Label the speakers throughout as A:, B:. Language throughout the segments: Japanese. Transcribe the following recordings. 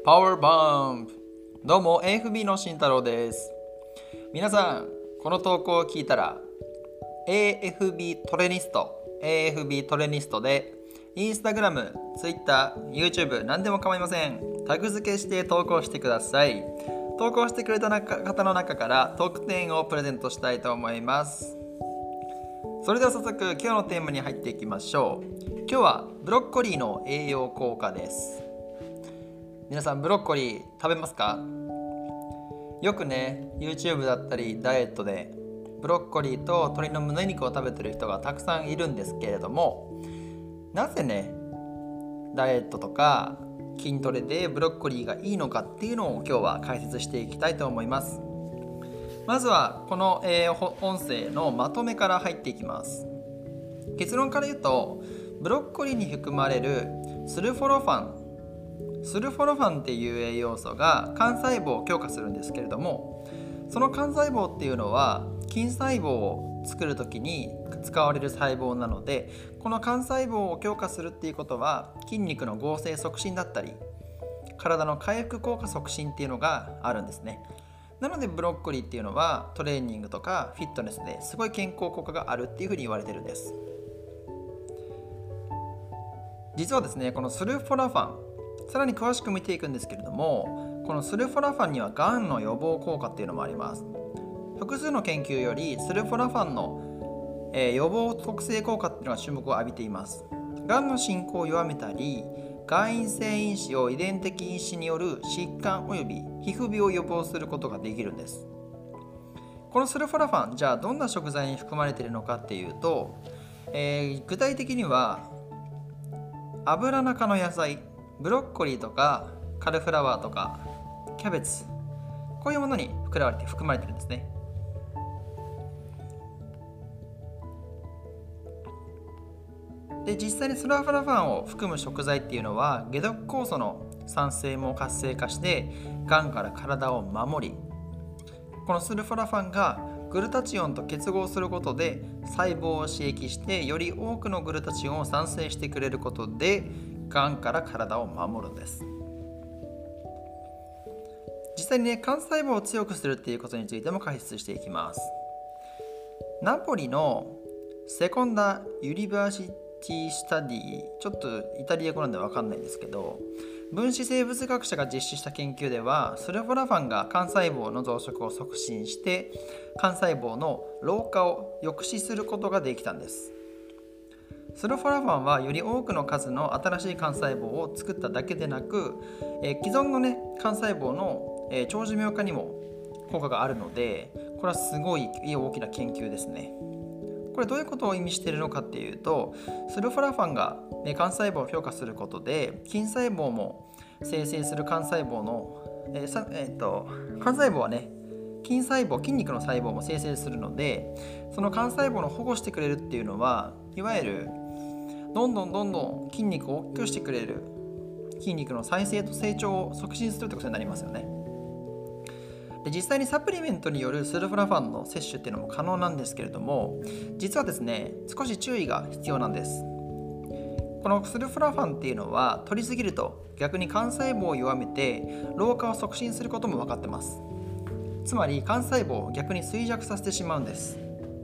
A: パワーバンプ。どうも AFB の慎太郎です。皆さんこの投稿を聞いたら AFB トレニストでインスタグラム、ツイッター、YouTube 何でも構いません。タグ付けして投稿してください。投稿してくれた方の中から特典をプレゼントしたいと思います。それでは早速今日のテーマに入っていきましょう。今日はブロッコリーの栄養効果です。皆さんブロッコリー食べますか？よくね YouTube だったりダイエットでブロッコリーと鶏の胸肉を食べてる人がたくさんいるんですけれども、なぜねダイエットとか筋トレでブロッコリーがいいのかっていうのを今日は解説していきたいと思います。まずはこの、音声のまとめから入っていきます。結論から言うと、ブロッコリーに含まれるスルフォロファンっていう栄養素が幹細胞を強化するんですけれども、その幹細胞っていうのは筋細胞を作るときに使われる細胞なので、この幹細胞を強化するっていうことは筋肉の合成促進だったり体の回復効果促進っていうのがあるんですね。なのでブロッコリーっていうのはトレーニングとかフィットネスですごい健康効果があるっていうふうに言われてるんです。実はですね、このスルフォラファンさらに詳しく見ていくんですけれども、このスルフォラファンにはがんの予防効果っていうのもあります。複数の研究よりスルフォラファンの、予防特性効果っていうのが注目を浴びています。がんの進行を弱めたり、がん因性因子を遺伝的因子による疾患および皮膚病を予防することができるんです。このスルフォラファン、じゃあどんな食材に含まれているのかっていうと、具体的には油中の野菜、ブロッコリーとかカリフラワーとかキャベツ、こういうものに含まれているんですね。で、実際にスルフォラファンを含む食材っていうのは解毒酵素の産生も活性化してがんから体を守り、このスルフォラファンがグルタチオンと結合することで細胞を刺激してより多くのグルタチオンを産生してくれることでがんから体を守るんです。実際にね、幹細胞を強くするっていうことについても解説していきます。ナポリのセコンダ・ユニバーシティ・スタディ、ちょっとイタリア語なんで分かんないんですけど、分子生物学者が実施した研究ではスルフォラファンが幹細胞の増殖を促進して幹細胞の老化を抑止することができたんです。スルフォラファンはより多くの数の新しい幹細胞を作っただけでなく、既存の、幹細胞の、長寿命化にも効果があるので、これはすごい大きな研究ですね。これどういうことを意味しているのかっていうと、スルフォラファンが、幹細胞を強化することで筋細胞も生成する幹細胞の、幹細胞はね筋肉の細胞も生成するので、その幹細胞の保護してくれるっていうのは、いわゆるどんどん筋肉を大きくしてくれる、筋肉の再生と成長を促進するってことになりますよね。で、実際にサプリメントによるスルフォラファンの摂取っていうのも可能なんですけれども、実はですね、少し注意が必要なんです。このスルフォラファンっていうのは取りすぎると逆に幹細胞を弱めて老化を促進することも分かってます。つまり幹細胞を逆に衰弱させてしまうんです。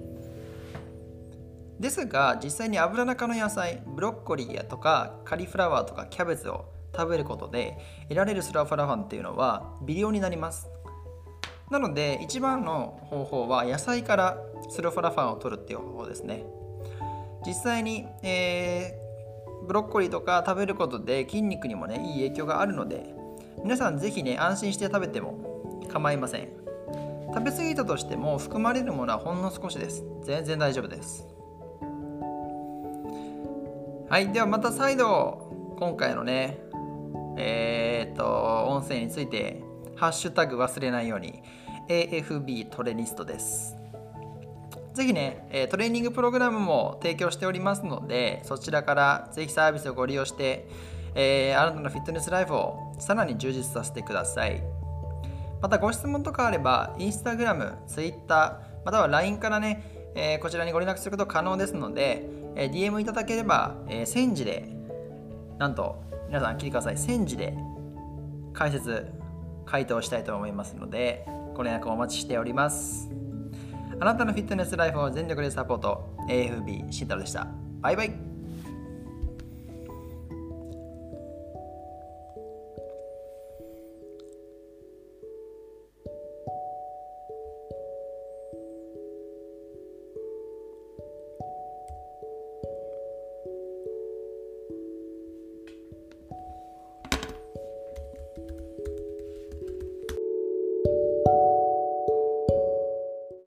A: ですが実際に油中の野菜、ブロッコリーやとかカリフラワーとかキャベツを食べることで得られるスルフォラファンっていうのは微量になります。なので一番の方法は野菜からスルフォラファンを取るっていう方法ですね。実際に、ブロッコリーとか食べることで筋肉にもねいい影響があるので、皆さんぜひね安心して食べても構いません。食べ過ぎたとしても含まれるものはほんの少しです。全然大丈夫です。はい、ではまた再度今回のね音声についてハッシュタグ忘れないように AFB トレニストです。ぜひねトレーニングプログラムも提供しておりますので、そちらからぜひサービスをご利用して、あなたのフィットネスライフをさらに充実させてください。またご質問とかあればインスタグラム、ツイッター、または LINE からね、こちらにご連絡すること可能ですので、DM いただければ、1000字で、なんと皆さん聞いてください、1000字で解説回答したいと思いますのでご連絡お待ちしております。あなたのフィットネスライフを全力でサポート AFB 慎太郎でした。バイバイ。